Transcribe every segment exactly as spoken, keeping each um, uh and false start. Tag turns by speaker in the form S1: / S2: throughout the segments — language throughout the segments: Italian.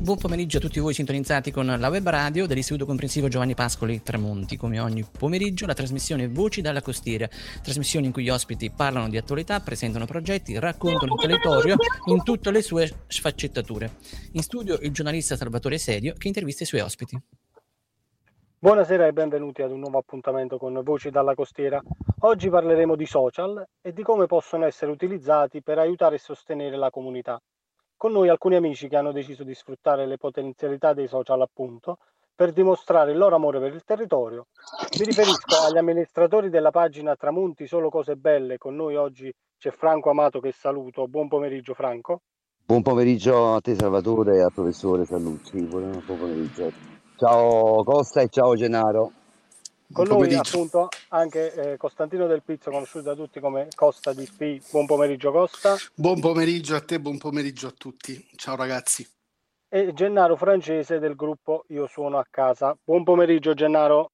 S1: Buon pomeriggio a tutti voi sintonizzati con la web radio dell'Istituto Comprensivo Giovanni Pascoli Tramonti. Come ogni pomeriggio la trasmissione Voci dalla Costiera, trasmissione in cui gli ospiti parlano di attualità, presentano progetti, raccontano il territorio in tutte le sue sfaccettature. In studio il giornalista Salvatore Serio che intervista i suoi ospiti.
S2: Buonasera e benvenuti ad un nuovo appuntamento con Voci dalla Costiera. Oggi parleremo di social e di come possono essere utilizzati per aiutare e sostenere la comunità. Con noi alcuni amici che hanno deciso di sfruttare le potenzialità dei social, appunto, per dimostrare il loro amore per il territorio. Mi riferisco agli amministratori della pagina Tramonti Solo Cose Belle. Con noi oggi c'è Franco Amato, che saluto. Buon pomeriggio, Franco.
S3: Buon pomeriggio a te, Salvatore, e al professore Sallucci. Buon pomeriggio. Ciao Costa e ciao Gennaro.
S2: Con noi appunto anche eh, Costantino Del Pizzo, conosciuto da tutti come Costa di Spi. Buon pomeriggio Costa.
S4: Buon pomeriggio a te, buon pomeriggio a tutti. Ciao ragazzi.
S2: E Gennaro Francese del gruppo Io Suono a Casa. Buon pomeriggio Gennaro.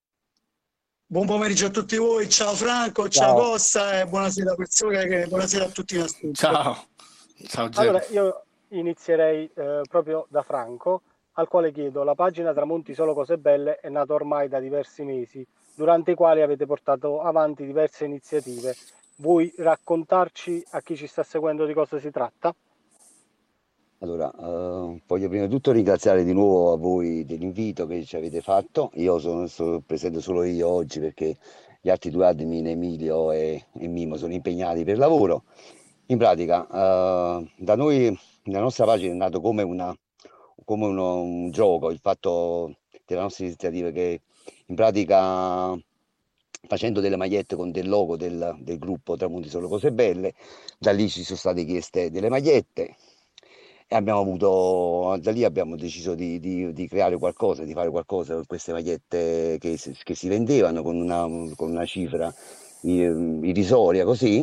S5: Buon pomeriggio a tutti voi, ciao Franco, ciao, ciao Costa e buonasera persone, buonasera a tutti i nostri.
S4: Ciao. Ciao Gen.
S2: Allora io inizierei eh, proprio da Franco, al quale chiedo: la pagina Tramonti Solo Cose Belle è nata ormai da diversi mesi, durante i quali avete portato avanti diverse iniziative. Vuoi raccontarci a chi ci sta seguendo di cosa si tratta?
S3: Allora, uh, voglio prima di tutto ringraziare di nuovo a voi dell'invito che ci avete fatto. Io sono, sono presente solo io oggi perché gli altri due admin, Emilio e, e Mimo, sono impegnati per lavoro. In pratica, uh, da noi, la nostra pagina è nata come una come uno, un gioco, il fatto della nostra iniziativa, che in pratica facendo delle magliette con del logo del, del gruppo Tramonti Solo Cose Belle, da lì ci sono state chieste delle magliette e abbiamo avuto, da lì abbiamo deciso di, di, di creare qualcosa, di fare qualcosa con queste magliette che, che si vendevano con una, con una cifra irrisoria così,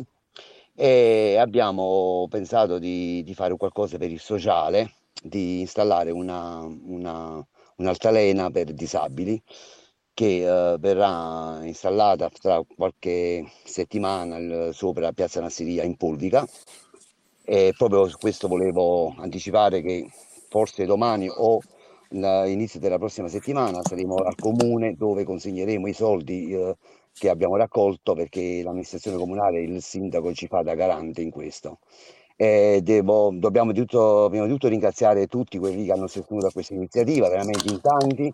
S3: e abbiamo pensato di, di fare qualcosa per il sociale, di installare una, una, un'altalena per disabili che uh, verrà installata tra qualche settimana il, sopra Piazza Nassiria in Polvica, e proprio su questo volevo anticipare che forse domani o all'inizio della prossima settimana saremo al comune dove consegneremo i soldi uh, che abbiamo raccolto, perché l'amministrazione comunale, il sindaco ci fa da garante in questo. Eh, devo, dobbiamo di tutto, prima di tutto ringraziare tutti quelli che hanno sostenuto questa iniziativa, veramente in tanti,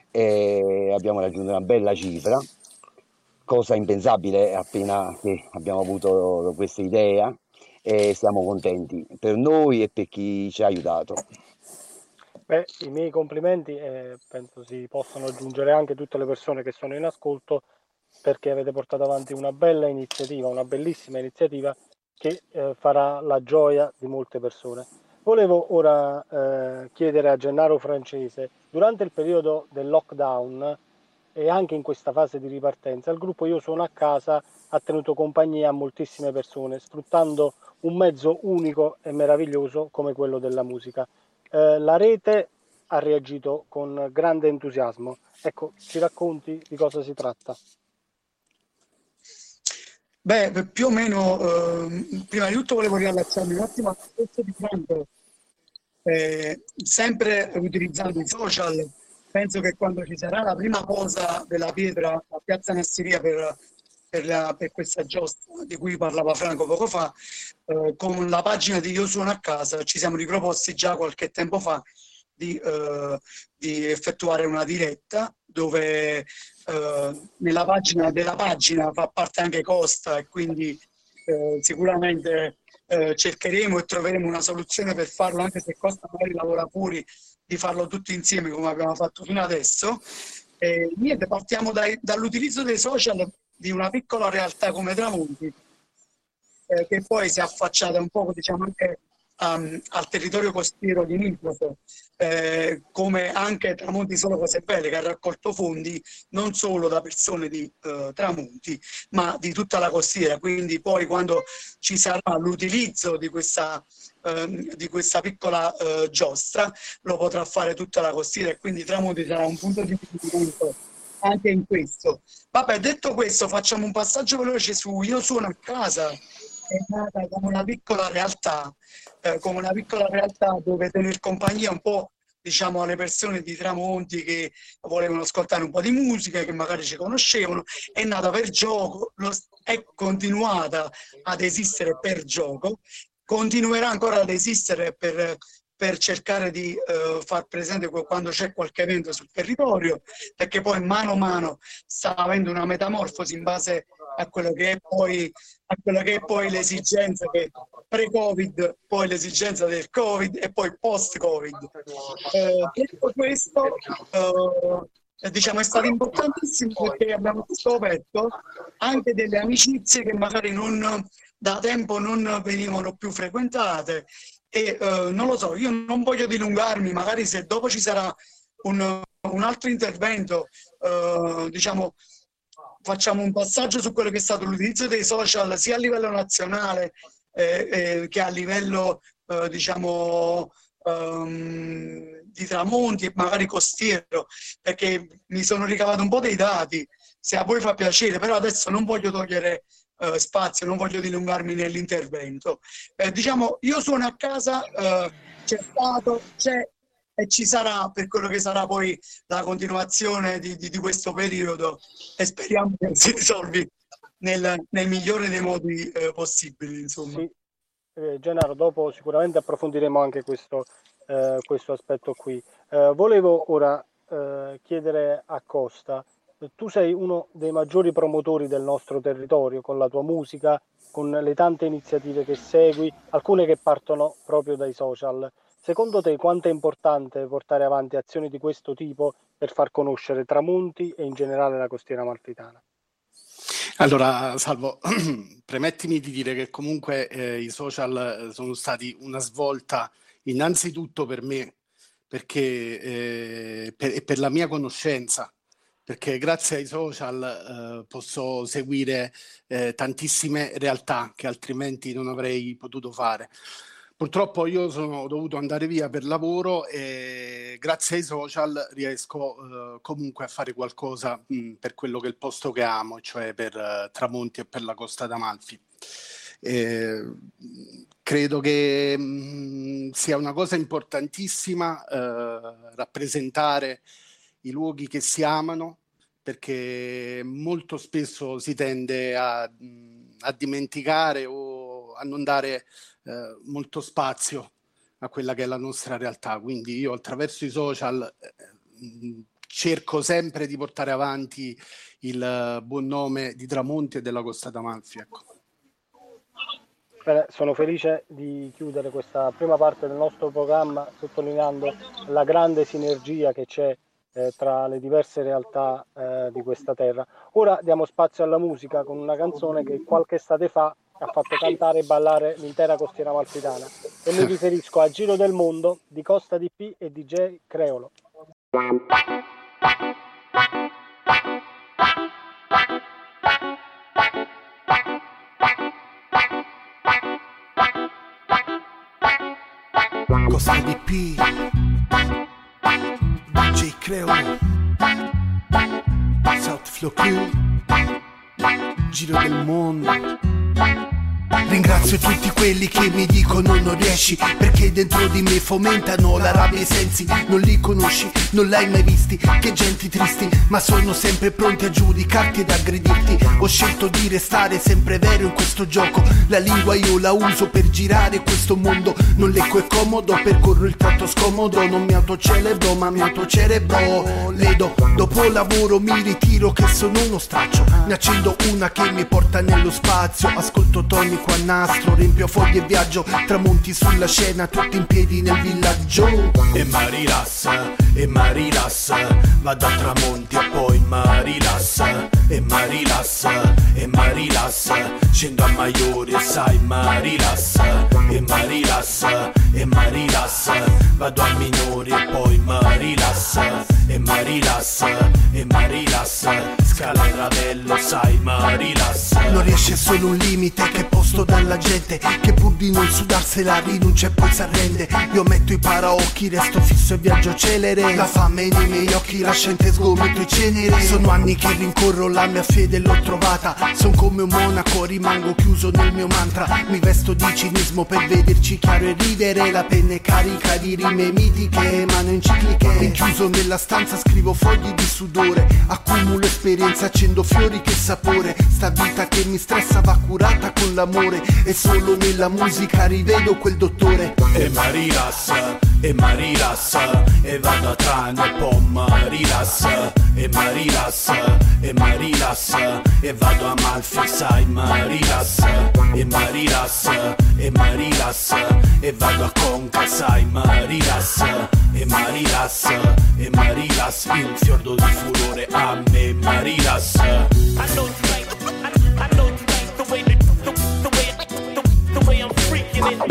S3: e abbiamo raggiunto una bella cifra, cosa impensabile appena che abbiamo avuto questa idea, e siamo contenti per noi e per chi ci ha aiutato.
S2: Beh, i miei complimenti, e penso si possano aggiungere anche tutte le persone che sono in ascolto, perché avete portato avanti una bella iniziativa, una bellissima iniziativa che eh, farà la gioia di molte persone. Volevo ora eh, chiedere a Gennaro Francese: durante il periodo del lockdown e anche in questa fase di ripartenza, il gruppo Io Suono a Casa ha tenuto compagnia a moltissime persone, sfruttando un mezzo unico e meraviglioso come quello della musica. Eh, la rete ha reagito con grande entusiasmo. Ecco, ci racconti di cosa si tratta?
S5: Beh, più o meno, eh, prima di tutto volevo riallacciarmi un attimo al discorso di Franco, eh, sempre utilizzando i social. Penso che quando ci sarà la prima posa della pietra a Piazza Nassiria per, per, la, per questa giostra di cui parlava Franco poco fa, eh, con la pagina di Io Suono a Casa ci siamo riproposti già qualche tempo fa di, eh, di effettuare una diretta dove eh, nella pagina della pagina fa parte anche Costa, e quindi eh, sicuramente eh, cercheremo e troveremo una soluzione per farlo, anche se Costa magari lavora fuori, di farlo tutti insieme come abbiamo fatto fino adesso. E niente, partiamo dai, dall'utilizzo dei social di una piccola realtà come Tramonti, eh, che poi si è affacciata un po', diciamo, anche Um, al territorio costiero di Nicosia, eh, come anche Tramonti Solo Cose Belle, che ha raccolto fondi non solo da persone di uh, Tramonti, ma di tutta la costiera. Quindi poi quando ci sarà l'utilizzo di questa, uh, di questa piccola uh, giostra, lo potrà fare tutta la costiera, e quindi Tramonti sarà un punto di riferimento anche in questo. Vabbè, detto questo, facciamo un passaggio veloce su Io Suono a Casa. È nata come una piccola realtà, eh, come una piccola realtà dove tener compagnia un po' diciamo, alle persone di Tramonti che volevano ascoltare un po' di musica, che magari ci conoscevano. È nata per gioco, lo, è continuata ad esistere per gioco, continuerà ancora ad esistere per, per cercare di uh, far presente quando c'è qualche evento sul territorio, perché poi mano a mano sta avendo una metamorfosi in base a quello che è poi, a quello che è poi l'esigenza che pre-Covid, poi l'esigenza del Covid e poi post-Covid. Eh, detto questo, eh, diciamo è stato importantissimo perché abbiamo scoperto anche delle amicizie che magari non, da tempo non venivano più frequentate e eh, non lo so, io non voglio dilungarmi, magari se dopo ci sarà un, un altro intervento, eh, diciamo facciamo un passaggio su quello che è stato l'utilizzo dei social sia a livello nazionale eh, eh, che a livello eh, diciamo um, di Tramonti e magari costiero, perché mi sono ricavato un po' dei dati, se a voi fa piacere, però adesso non voglio togliere uh, spazio, non voglio dilungarmi nell'intervento. Eh, diciamo, io suono a casa, uh, c'è stato, c'è e ci sarà per quello che sarà poi la continuazione di, di, di questo periodo e speriamo che si risolvi nel, nel migliore dei modi eh, possibili, insomma.
S2: Sì. Eh, Gennaro, dopo sicuramente approfondiremo anche questo, eh, questo aspetto qui. Eh, volevo ora eh, chiedere a Costa, tu sei uno dei maggiori promotori del nostro territorio con la tua musica, con le tante iniziative che segui, alcune che partono proprio dai social. Secondo te quanto è importante portare avanti azioni di questo tipo per far conoscere Tramonti e in generale la costiera amalfitana?
S4: Allora, Salvo, premettimi di dire che comunque eh, i social sono stati una svolta innanzitutto per me, perché eh, per, e per la mia conoscenza, perché grazie ai social eh, posso seguire eh, tantissime realtà che altrimenti non avrei potuto fare. Purtroppo io sono dovuto andare via per lavoro e grazie ai social riesco eh, comunque a fare qualcosa mh, per quello che è il posto che amo, cioè per uh, Tramonti e per la Costa d'Amalfi. Eh, credo che mh, sia una cosa importantissima eh, rappresentare i luoghi che si amano, perché molto spesso si tende a, a dimenticare o a non dare eh, molto spazio a quella che è la nostra realtà. Quindi io attraverso i social eh, cerco sempre di portare avanti il buon nome di Tramonti e della Costa d'Amalfi. Ecco.
S2: Bene, sono felice di chiudere questa prima parte del nostro programma sottolineando la grande sinergia che c'è eh, tra le diverse realtà eh, di questa terra. Ora diamo spazio alla musica con una canzone che qualche estate fa ha fatto cantare e ballare l'intera costiera amalfitana e mi riferisco a Giro del Mondo di Costa D P e D J Creolo.
S6: Costa D P, D J Creolo, South Flow Crew, Giro del Mondo. Ringrazio tutti quelli che mi dicono non riesci, perché dentro di me fomentano la rabbia e i sensi. Non li conosci, non l'hai mai visti, che genti tristi, ma sono sempre pronti a giudicarti ed aggredirti. Ho scelto di restare sempre vero in questo gioco. La lingua io la uso per girare questo mondo. Non lecco è comodo, percorro il tratto scomodo. Non mi autocelebro ma mi autocerebro. Ledo, dopo lavoro mi ritiro che sono uno straccio. Ne accendo una che mi porta nello spazio. Ascolto tonico a nastro, riempio foglie e viaggio. Tramonti sulla scena, tutti in piedi nel villaggio. E mi rilassa, e mi rilassa. Vado a Tramonti e poi mi rilassa. E mi rilassa, e mi rilassa. Scendo a Maiori e sai mi rilassa. E mi rilassa, e mi rilassa. Vado a Minori e poi mi rilassa. E mi rilassa, e mi rilassa. Scala il ravello, sai mi rilassa. Non riesce solo un limite che posto visto dalla gente che pur di non sudarsela rinuncia e poi s'arrende. Io metto i paraocchi, resto fisso e viaggio celere. La fame nei miei occhi lascia in te sgomento e cenere. Sono anni che rincorro la mia fede, l'ho trovata. Son come un monaco, rimango chiuso nel mio mantra. Mi vesto di cinismo per vederci chiaro e ridere. La penna è carica di rime mitiche, mano encicliche. Rinchiuso nella stanza scrivo fogli di sudore. Accumulo esperienza, accendo fiori, che sapore. Sta vita che mi stressa va curata con l'amore. E solo nella musica rivedo quel dottore.
S7: E mi rilassa, e mi rilassa, e vado a Trano e poi mi rilassa. E mi rilassa, e mi rilassa, e vado a Malfi, sai, mi rilassa. E mi rilassa, e mi rilassa, e vado a Conca, sai, mi rilassa. E mi rilassa, e mi rilassa, il fiordo di furore a me mi rilassa. I know you like, I, I know you like the way, the, the, the way, the, the way I'm freaking it.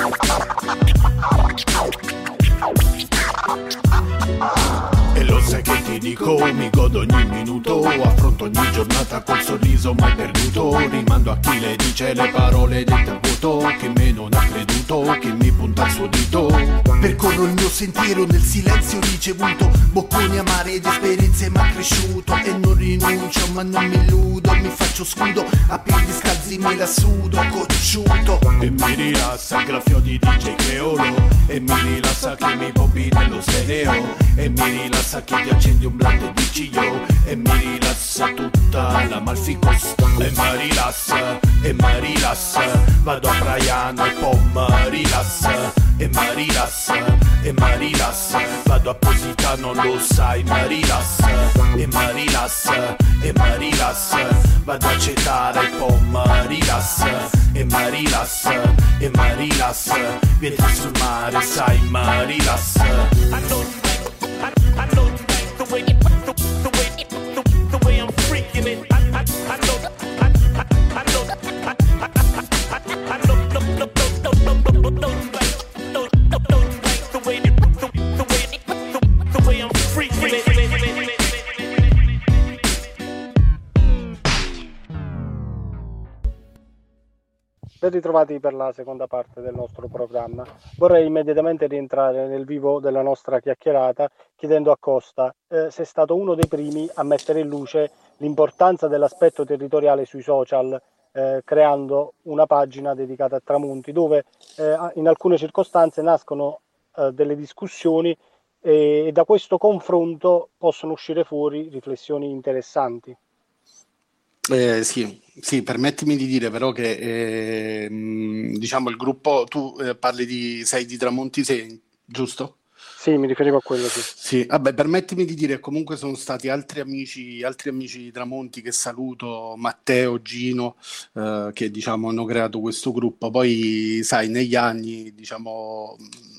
S7: E lo sai che ti dico, mi godo ogni minuto, affronto ogni giornata col sorriso mai perduto. Rimando a chi le dice le parole dette a vuoto, che me non ha creduto, che mi punta il suo dito.
S6: Percorro il mio sentiero nel silenzio ricevuto, bocconi amari ed esperienze m'ha cresciuto. E non rinuncio ma non mi illudo, mi faccio scudo, a piedi scalzi me la sudo, cocciuto.
S7: E mi rilassa il graffio di D J Creolo, e mi rilassa che mi poppi nello stereo. E mi rilassa che ti accendi un blunt e dici yo. E mi rilassa tutta la Malfi Coast. E mi rilassa, e mi rilassa, vado a Braiano e poi mi rilassa. E mi rilassa, e mi rilassa, vado a Positano, lo sai, mi rilassa. E mi rilassa, e mi rilassa, vado a Cetara e poi mi rilassa. E mi rilassa, e mi rilassa, vieni sul mare, sai, mi rilassa. I know you like, I, I know you like the way, the, the way, the, the way I'm freaking it. I, I, I know, I, I, I know, I, I, I, I know, no, no, no, no, no, no, no, you like, no, no, no, you like the way, the, the, the way, the, the way I'm freaking it.
S2: Ben ritrovati per la seconda parte del nostro programma. Vorrei immediatamente rientrare nel vivo della nostra chiacchierata chiedendo a Costa eh, se è stato uno dei primi a mettere in luce l'importanza dell'aspetto territoriale sui social, eh, creando una pagina dedicata a Tramonti, dove eh, in alcune circostanze nascono eh, delle discussioni e, e da questo confronto possono uscire fuori riflessioni interessanti.
S4: Eh, sì, sì, permettimi di dire però che eh, mh, diciamo il gruppo, tu eh, parli di sei di Tramonti sei, giusto?
S2: Sì, mi riferivo a quello, sì.
S4: Sì, vabbè, permettimi di dire, comunque sono stati altri amici, altri amici di Tramonti che saluto, Matteo, Gino, eh, che diciamo hanno creato questo gruppo. Poi, sai, negli anni, diciamo,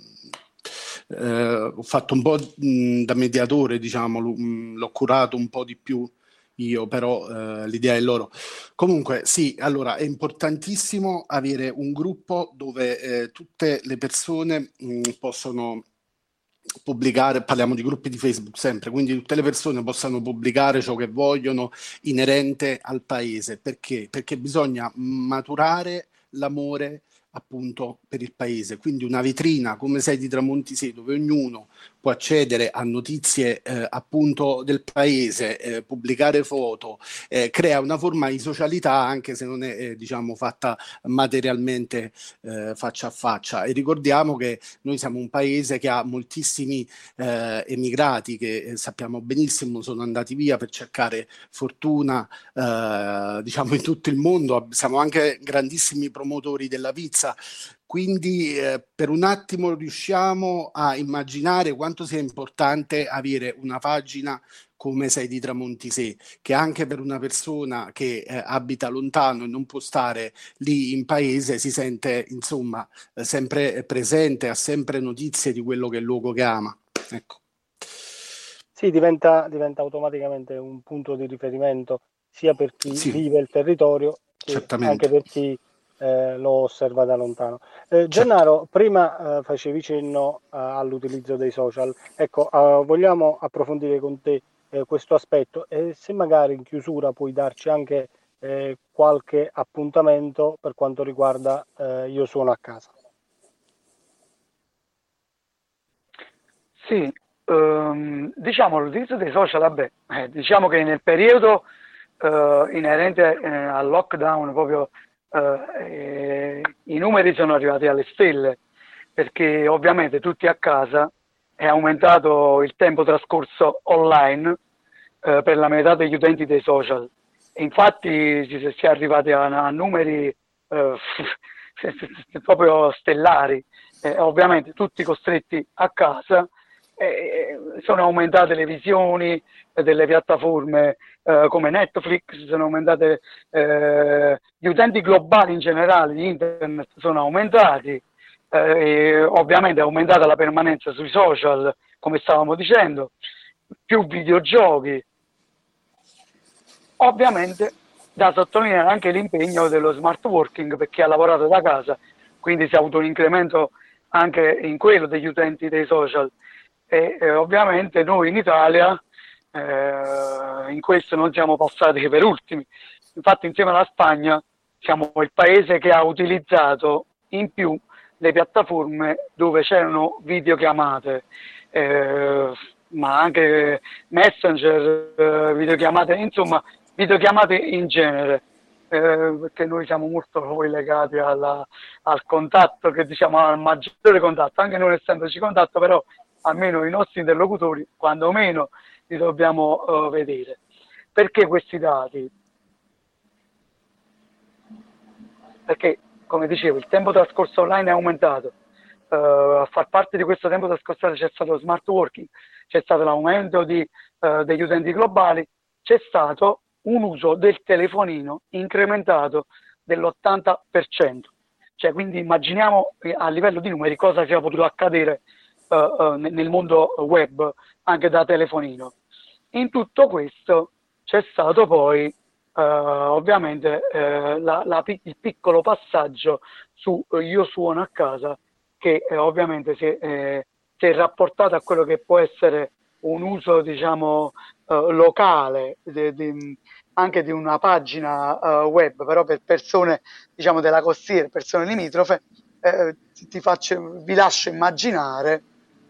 S4: eh, ho fatto un po' mh, da mediatore, diciamo, l- l'ho curato un po' di più io, però eh, l'idea è loro. Comunque, sì, allora è importantissimo avere un gruppo dove eh, tutte le persone mh, possono pubblicare, parliamo di gruppi di Facebook sempre, quindi tutte le persone possano pubblicare ciò che vogliono inerente al paese. Perché? Perché bisogna maturare l'amore appunto per il paese, quindi una vetrina come sei di Tramonti sei, dove ognuno può accedere a notizie eh, appunto del paese, eh, pubblicare foto, eh, crea una forma di socialità anche se non è eh, diciamo fatta materialmente eh, faccia a faccia. E ricordiamo che noi siamo un paese che ha moltissimi eh, emigrati che eh, sappiamo benissimo sono andati via per cercare fortuna eh, diciamo in tutto il mondo. Siamo anche grandissimi promotori della pizza. Quindi eh, per un attimo riusciamo a immaginare quanto sia importante avere una pagina come sei di Tramonti sei, che anche per una persona che eh, abita lontano e non può stare lì in paese si sente insomma eh, sempre presente, ha sempre notizie di quello che è il luogo che ama. Ecco.
S2: Sì, diventa, diventa automaticamente un punto di riferimento sia per chi
S4: Sì,
S2: vive il territorio che
S4: certamente.
S2: anche per chi eh, lo osserva da lontano. Eh,
S4: Certo.
S2: Gennaro, prima eh, facevi cenno eh, all'utilizzo dei social. Ecco, eh, vogliamo approfondire con te eh, questo aspetto e se magari in chiusura puoi darci anche eh, qualche appuntamento per quanto riguarda eh, Io Suono a Casa.
S5: Sì, ehm, diciamo l'utilizzo dei social, vabbè, eh, diciamo che nel periodo eh, inerente eh, al lockdown proprio eh, eh, i numeri sono arrivati alle stelle, perché ovviamente tutti a casa è aumentato il tempo trascorso online eh, per la metà degli utenti dei social. E infatti si, si è arrivati a, a numeri eh, proprio stellari, eh, ovviamente tutti costretti a casa. Eh, sono aumentate le visioni delle piattaforme eh, come Netflix, sono aumentate eh, gli utenti globali in generale di internet sono aumentati, eh, e ovviamente è aumentata la permanenza sui social, come stavamo dicendo, più videogiochi. Ovviamente da sottolineare anche l'impegno dello smart working per chi ha lavorato da casa, quindi si è avuto un incremento anche in quello degli utenti dei social. E eh, ovviamente noi in Italia eh, in questo non siamo passati per ultimi, infatti insieme alla Spagna siamo il paese che ha utilizzato in più le piattaforme dove c'erano videochiamate, eh, ma anche Messenger, eh, videochiamate, insomma videochiamate in genere, eh, perché noi siamo molto poi legati alla, al contatto, che diciamo al maggiore contatto, anche non essendoci contatto, però almeno i nostri interlocutori, quando meno, li dobbiamo uh, vedere. Perché questi dati? Perché, come dicevo, il tempo trascorso online è aumentato. Uh, a far parte di questo tempo trascorso c'è stato lo smart working, c'è stato l'aumento di, uh, degli utenti globali, c'è stato un uso del telefonino incrementato dell'ottanta per cento. Cioè, quindi immaginiamo a livello di numeri cosa sia potuto accadere Uh, uh, nel mondo web anche da telefonino. In tutto questo c'è stato poi uh, ovviamente uh, la, la, il piccolo passaggio su uh, Io Suono a Casa, che eh, ovviamente si è, eh, si è rapportato a quello che può essere un uso diciamo uh, locale de, de, anche di una pagina uh, web, però per persone diciamo della costiera, persone limitrofe. eh, ti, ti faccio, vi lascio immaginare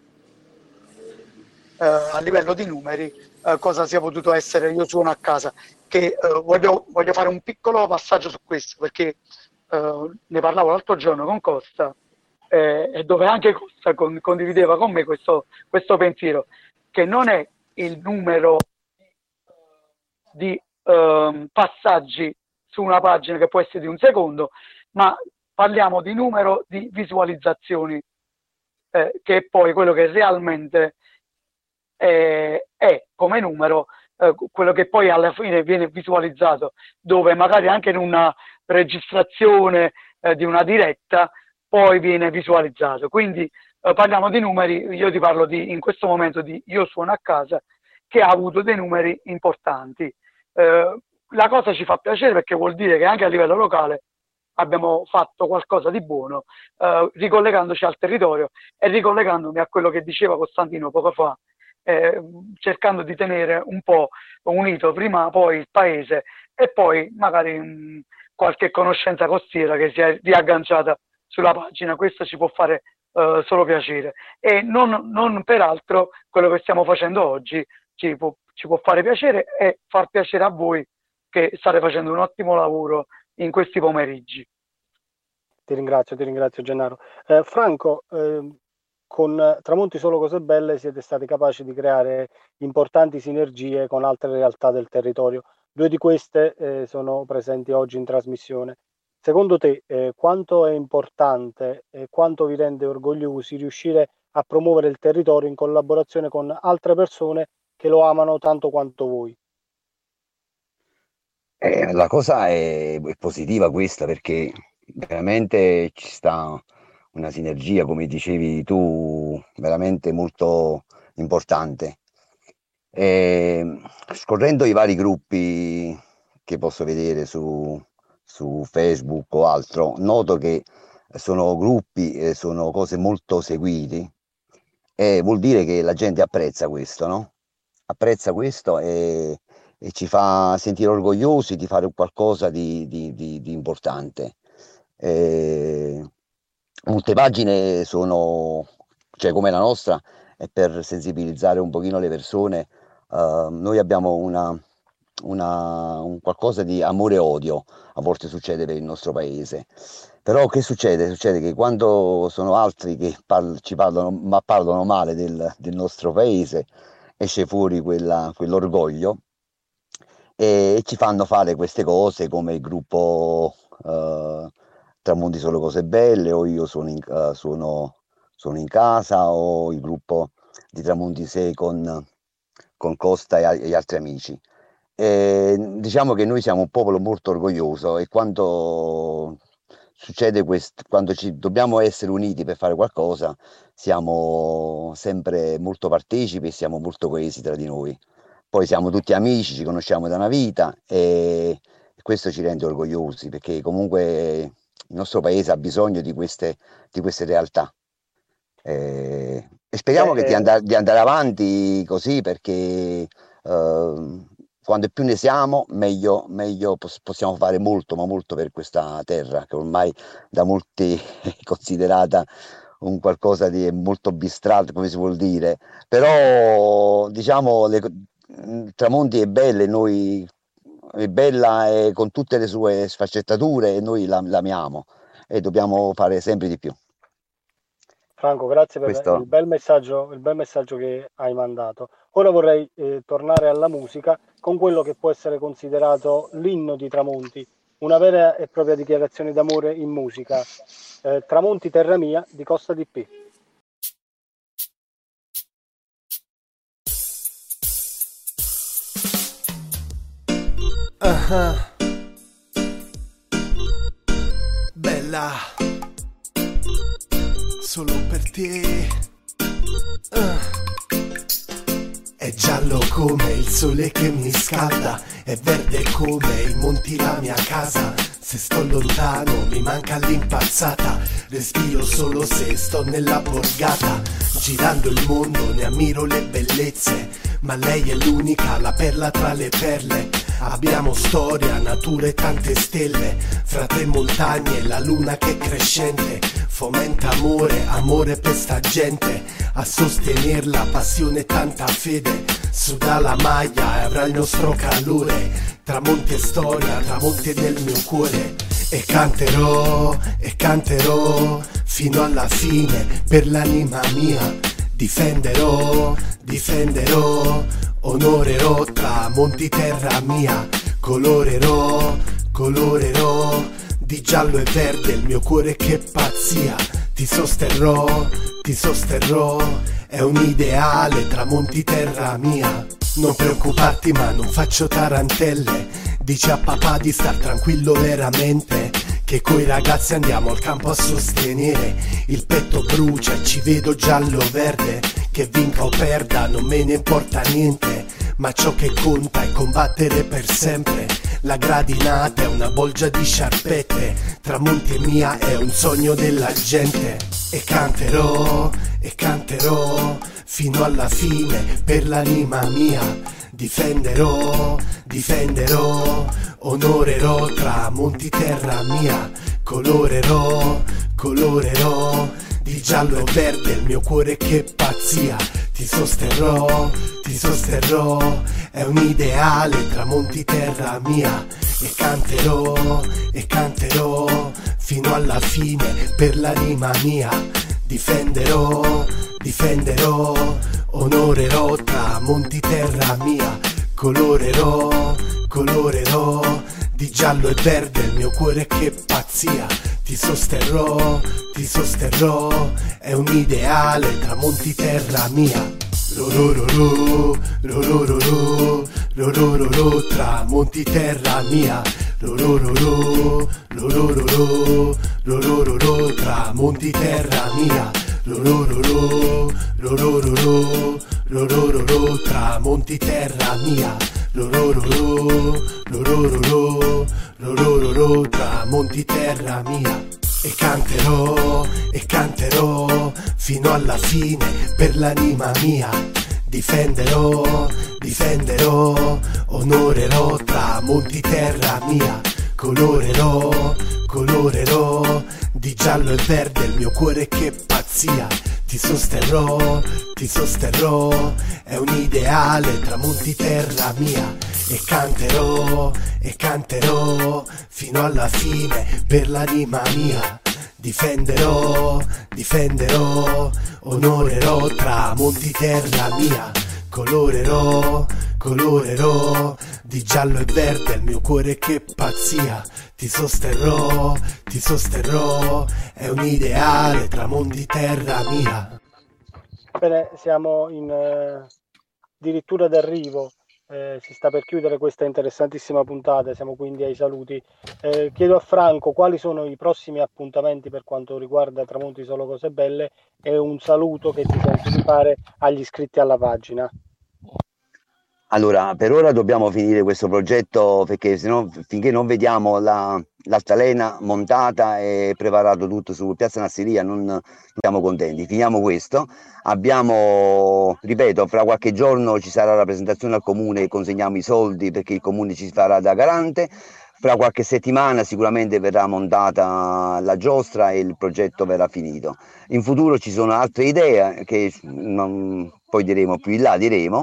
S5: Uh, a livello di numeri uh, cosa sia potuto essere Io Suono a Casa, che uh, voglio, voglio fare un piccolo passaggio su questo, perché uh, ne parlavo l'altro giorno con Costa eh, e dove anche Costa con, condivideva con me questo, questo pensiero, che non è il numero di uh, passaggi su una pagina che può essere di un secondo, ma parliamo di numero di visualizzazioni, eh, che è poi quello che realmente Eh, è come numero eh, quello che poi alla fine viene visualizzato, dove magari anche in una registrazione eh, di una diretta poi viene visualizzato. Quindi eh, parliamo di numeri, io ti parlo di, in questo momento di Io Suono a Casa, che ha avuto dei numeri importanti. Eh, la cosa ci fa piacere perché vuol dire che anche a livello locale abbiamo fatto qualcosa di buono, eh, ricollegandoci al territorio e ricollegandomi a quello che diceva Costantino poco fa, Eh, cercando di tenere un po' unito prima poi il paese e poi magari mh, qualche conoscenza costiera che si è riagganciata sulla pagina. Questo ci può fare eh, solo piacere, e non, non peraltro quello che stiamo facendo oggi ci può, ci può fare piacere e far piacere a voi che state facendo un ottimo lavoro in questi pomeriggi.
S2: Ti ringrazio, ti ringrazio Gennaro. Eh, Franco, eh, con Tramonti Solo Cose Belle siete stati capaci di creare importanti sinergie con altre realtà del territorio. Due di queste eh, sono presenti oggi in trasmissione. Secondo te eh, quanto è importante e quanto vi rende orgogliosi riuscire a promuovere il territorio in collaborazione con altre persone che lo amano tanto quanto voi?
S3: Eh, la cosa è, è positiva questa, perché veramente ci sta una sinergia, come dicevi tu, veramente molto importante. E, scorrendo i vari gruppi che posso vedere su, su Facebook o altro, noto che sono gruppi, eh, sono cose molto seguiti, e vuol dire che la gente apprezza questo, no? Apprezza questo e, e ci fa sentire orgogliosi di fare qualcosa di, di, di, di importante. E molte pagine sono, cioè come la nostra, è per sensibilizzare un pochino le persone. Uh, noi abbiamo una, una, un qualcosa di amore e odio, a volte succede per il nostro paese. Però che succede? Succede che quando sono altri che parl- ci parlano, ma parlano male del, del nostro paese, esce fuori quella, quell'orgoglio e, e ci fanno fare queste cose come il gruppo uh, Tramonti Solo Cose Belle, o io sono in, uh, sono, sono in casa, o il gruppo di Tramonti sei con, con Costa e, a- e gli altri amici. E diciamo che noi siamo un popolo molto orgoglioso e quando succede questo, quando ci dobbiamo essere uniti per fare qualcosa, siamo sempre molto partecipi e siamo molto coesi tra di noi. Poi siamo tutti amici, ci conosciamo da una vita e questo ci rende orgogliosi perché comunque il nostro paese ha bisogno di queste, di queste realtà. E, e speriamo
S2: Beh,
S3: che di,
S2: eh,
S3: andare, di andare avanti così perché eh, quando più ne siamo, meglio, meglio pos- possiamo fare molto, ma molto per questa terra che ormai da molti è considerata un qualcosa di molto bistratto, come si vuol dire. Però diciamo, le, Tramonti è bella, e noi è bella e con tutte le sue sfaccettature e noi la, l'amiamo e dobbiamo fare sempre di più.
S2: Franco, grazie per
S3: Questo
S2: il bel messaggio, il bel messaggio che hai mandato. Ora vorrei eh, tornare alla musica con quello che può essere considerato l'inno di Tramonti, una vera e propria dichiarazione d'amore in musica. Eh, Tramonti Terra Mia di Costa D P.
S6: Uh-huh. Bella, solo per te. Uh. È giallo come il sole che mi scalda, è verde come i monti la mia casa. Se sto lontano mi manca l'impazzata, respiro solo se sto nella borgata. Girando il mondo ne ammiro le bellezze, ma lei è l'unica, la perla tra le perle. Abbiamo storia, natura e tante stelle, fra tre montagne e la luna che è crescente. Fomenta amore, amore per sta gente, a sostenerla passione e tanta fede. Suda la maglia e avrà il nostro calore, Tramonti e storia, Tramonti nel mio cuore. E canterò, e canterò, fino alla fine, per l'anima mia. Difenderò, difenderò, onorerò Tramonti terra mia. Colorerò, colorerò, di giallo e verde il mio cuore che pazzia. Ti sosterrò, ti sosterrò, è un ideale Tramonti terra mia. Non preoccuparti ma non faccio tarantelle, dici a papà di star tranquillo veramente, che coi ragazzi andiamo al campo a sostenere. Il petto brucia e ci vedo giallo-verde, che vinca o perda non me ne importa niente, ma ciò che conta è combattere per sempre. La gradinata è una bolgia di sciarpette, Tramonti è mia, è un sogno della gente. E canterò, e canterò, fino alla fine, per l'anima mia. Difenderò, difenderò, onorerò Tramonti terra mia. Colorerò, colorerò, di giallo e verde il mio cuore che pazzia. Ti sosterrò, ti sosterrò, è un ideale Tramonti terra mia. E canterò, e canterò, fino alla fine, per l'anima mia. Difenderò, difenderò, onorerò Tramonti terra mia. Colorerò, colorerò, di giallo e verde il mio cuore che pazzia. Ti sosterrò, ti sosterrò, è un ideale Tramonti terra mia. Rorororo, rorororo, rorororo, Tramonti terra mia. Rorororo, rorororo, rorororo, Tramonti terra mia. Rorororo, rorororo, rorororo, Tramonti terra mia. Rorororo, rorororo, rorororo, Tramonti terra mia. E canterò, e canterò, fino alla fine, per l'anima mia. Difenderò, difenderò, onorerò tramonti terra mia, colorerò, colorerò di giallo e verde il mio cuore che pazzia. Ti sosterrò, ti sosterrò, è un ideale tramonti terra mia. E canterò, e canterò fino alla fine per l'anima mia. Difenderò, difenderò, onorerò tramonti terra mia. Colorerò, colorerò di giallo e verde il mio cuore che pazzia. Ti sosterrò, ti sosterrò, è un ideale tramonti terra mia.
S2: Bene, siamo in eh, addirittura d'arrivo. Eh, si sta per chiudere questa interessantissima puntata, siamo quindi ai saluti. Eh, chiedo a Franco quali sono i prossimi appuntamenti per quanto riguarda Tramonti Solo Cose Belle e un saluto che ti sento di fare agli iscritti alla pagina.
S3: Allora, per ora dobbiamo finire questo progetto perché sennò, finché non vediamo la, l'altalena montata e preparato tutto su Piazza Nassiria, non, non siamo contenti. Finiamo questo. Abbiamo, ripeto, fra qualche giorno ci sarà la presentazione al comune e consegniamo i soldi perché il comune ci farà da garante. Fra qualche settimana sicuramente verrà montata la giostra e il progetto verrà finito. In futuro ci sono altre idee che non, poi diremo più in là, diremo.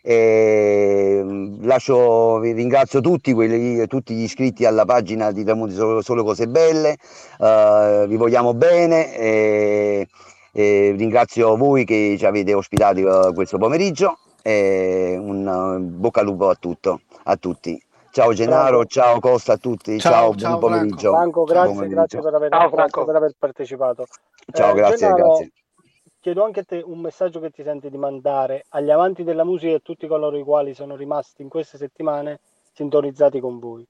S3: E lascio, vi ringrazio tutti, quelli, tutti gli iscritti alla pagina di Tramonti Solo, Solo Cose Belle, uh, vi vogliamo bene e, e ringrazio voi che ci avete ospitati uh, questo pomeriggio e un uh, bocca al lupo a, tutto, a tutti. Ciao Gennaro, Franco. Ciao Costa a tutti, ciao, ciao, ciao buon pomeriggio.
S2: Franco, grazie, buon pomeriggio. Grazie, per aver, ciao, grazie per aver partecipato.
S3: Ciao, eh, grazie, Gennaro, grazie.
S2: Chiedo anche a te un messaggio che ti senti di mandare agli amanti della musica e a tutti coloro i quali sono rimasti in queste settimane sintonizzati con voi.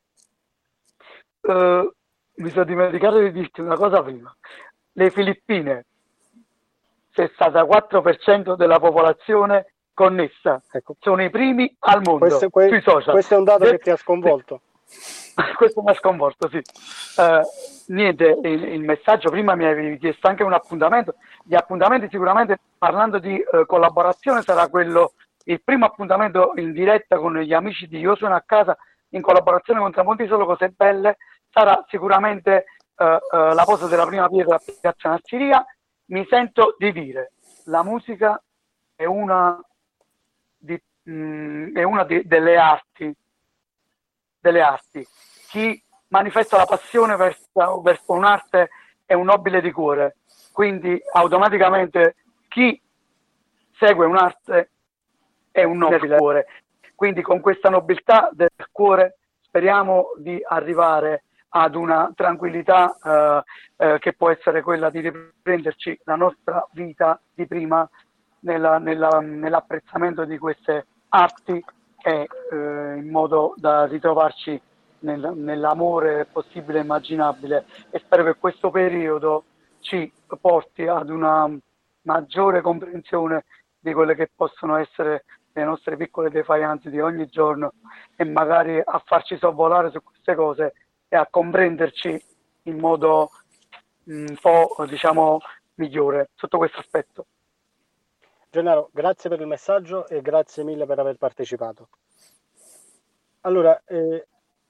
S5: Uh, mi sono dimenticato di dirti una cosa prima. Le Filippine, sessantaquattro per cento della popolazione connessa, ecco, sono i primi al mondo questo, que- sui social.
S2: Questo è un dato De- che ti ha sconvolto.
S5: Questo mi ha sconvolto, sì. Uh, niente, il, il messaggio, prima mi avevi chiesto anche un appuntamento. Gli appuntamenti sicuramente, parlando di uh, collaborazione, sarà quello, il primo appuntamento in diretta con gli amici di Io Sono a Casa, in collaborazione con Tramonti Solo Cose Belle, sarà sicuramente uh, uh, la posa della prima pietra a Piazza Nassiria. Mi sento di dire, la musica è una, di, mh, è una di, delle arti, delle arti. Chi manifesta la passione verso, verso un'arte è un nobile di cuore, quindi automaticamente chi segue un'arte è un nobile di cuore. Quindi con questa nobiltà del cuore speriamo di arrivare ad una tranquillità eh, eh, che può essere quella di riprenderci la nostra vita di prima nella, nella, nell'apprezzamento di queste arti e eh, in modo da ritrovarci nel, nell'amore possibile e immaginabile, e spero che questo periodo ci porti ad una maggiore comprensione di quelle che possono essere le nostre piccole defianze di ogni giorno e magari a farci sorvolare su queste cose e a comprenderci in modo un po', diciamo, migliore sotto questo aspetto.
S2: Gennaro, grazie per il messaggio e grazie mille per aver partecipato. Allora, eh...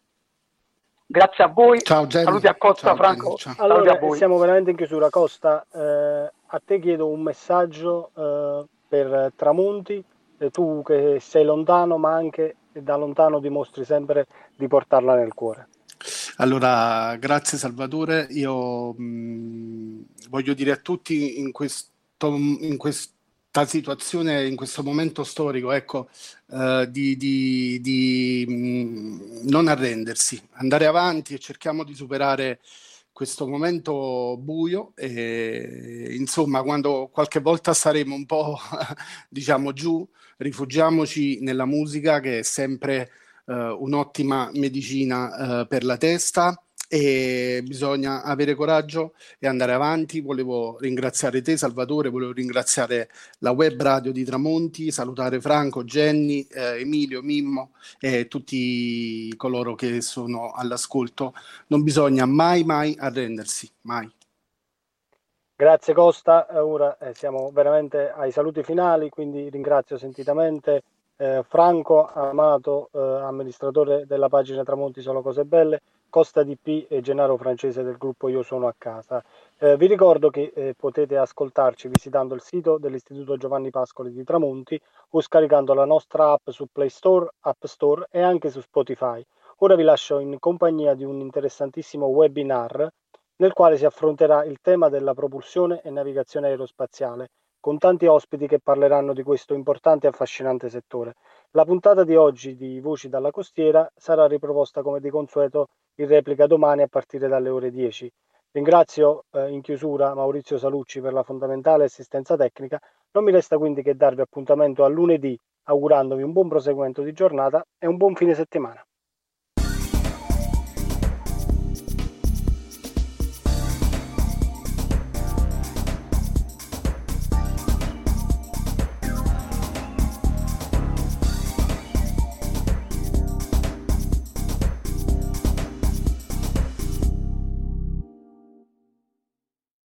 S5: grazie a voi.
S4: Ciao, Jenny.
S5: Saluti a Costa,
S4: ciao,
S5: Franco.
S4: Jenny,
S2: allora,
S5: a voi.
S2: Siamo veramente in chiusura. Costa, eh, a te chiedo un messaggio eh, per Tramonti, eh, tu che sei lontano ma anche da lontano dimostri sempre di portarla nel cuore.
S4: Allora, grazie Salvatore, io mh, voglio dire a tutti in questo, in questa situazione, in questo momento storico, ecco, eh, di, di, di mh, non arrendersi, andare avanti e cerchiamo di superare questo momento buio e insomma quando qualche volta saremo un po' diciamo giù, rifugiamoci nella musica che è sempre Uh, un'ottima medicina uh, per la testa e bisogna avere coraggio e andare avanti. Volevo ringraziare te Salvatore, volevo ringraziare la web radio di Tramonti, salutare Franco, Jenny, eh, Emilio, Mimmo e tutti coloro che sono all'ascolto. Non bisogna mai mai arrendersi, mai.
S2: Grazie Costa, eh, ora eh, siamo veramente ai saluti finali, quindi ringrazio sentitamente eh, Franco Amato, eh, amministratore della pagina Tramonti Solo Cose Belle, Costa D P e Gennaro Francese del gruppo Io Sono a Casa. Eh, vi ricordo che eh, potete ascoltarci visitando il sito dell'Istituto Giovanni Pascoli di Tramonti o scaricando la nostra app su Play Store, App Store e anche su Spotify. Ora vi lascio in compagnia di un interessantissimo webinar nel quale si affronterà il tema della propulsione e navigazione aerospaziale, con tanti ospiti che parleranno di questo importante e affascinante settore. La puntata di oggi di Voci dalla Costiera sarà riproposta come di consueto in replica domani a partire dalle ore dieci. Ringrazio eh, in chiusura Maurizio Salucci per la fondamentale assistenza tecnica. Non mi resta quindi che darvi appuntamento a lunedì, augurandovi un buon proseguimento di giornata e un buon fine settimana.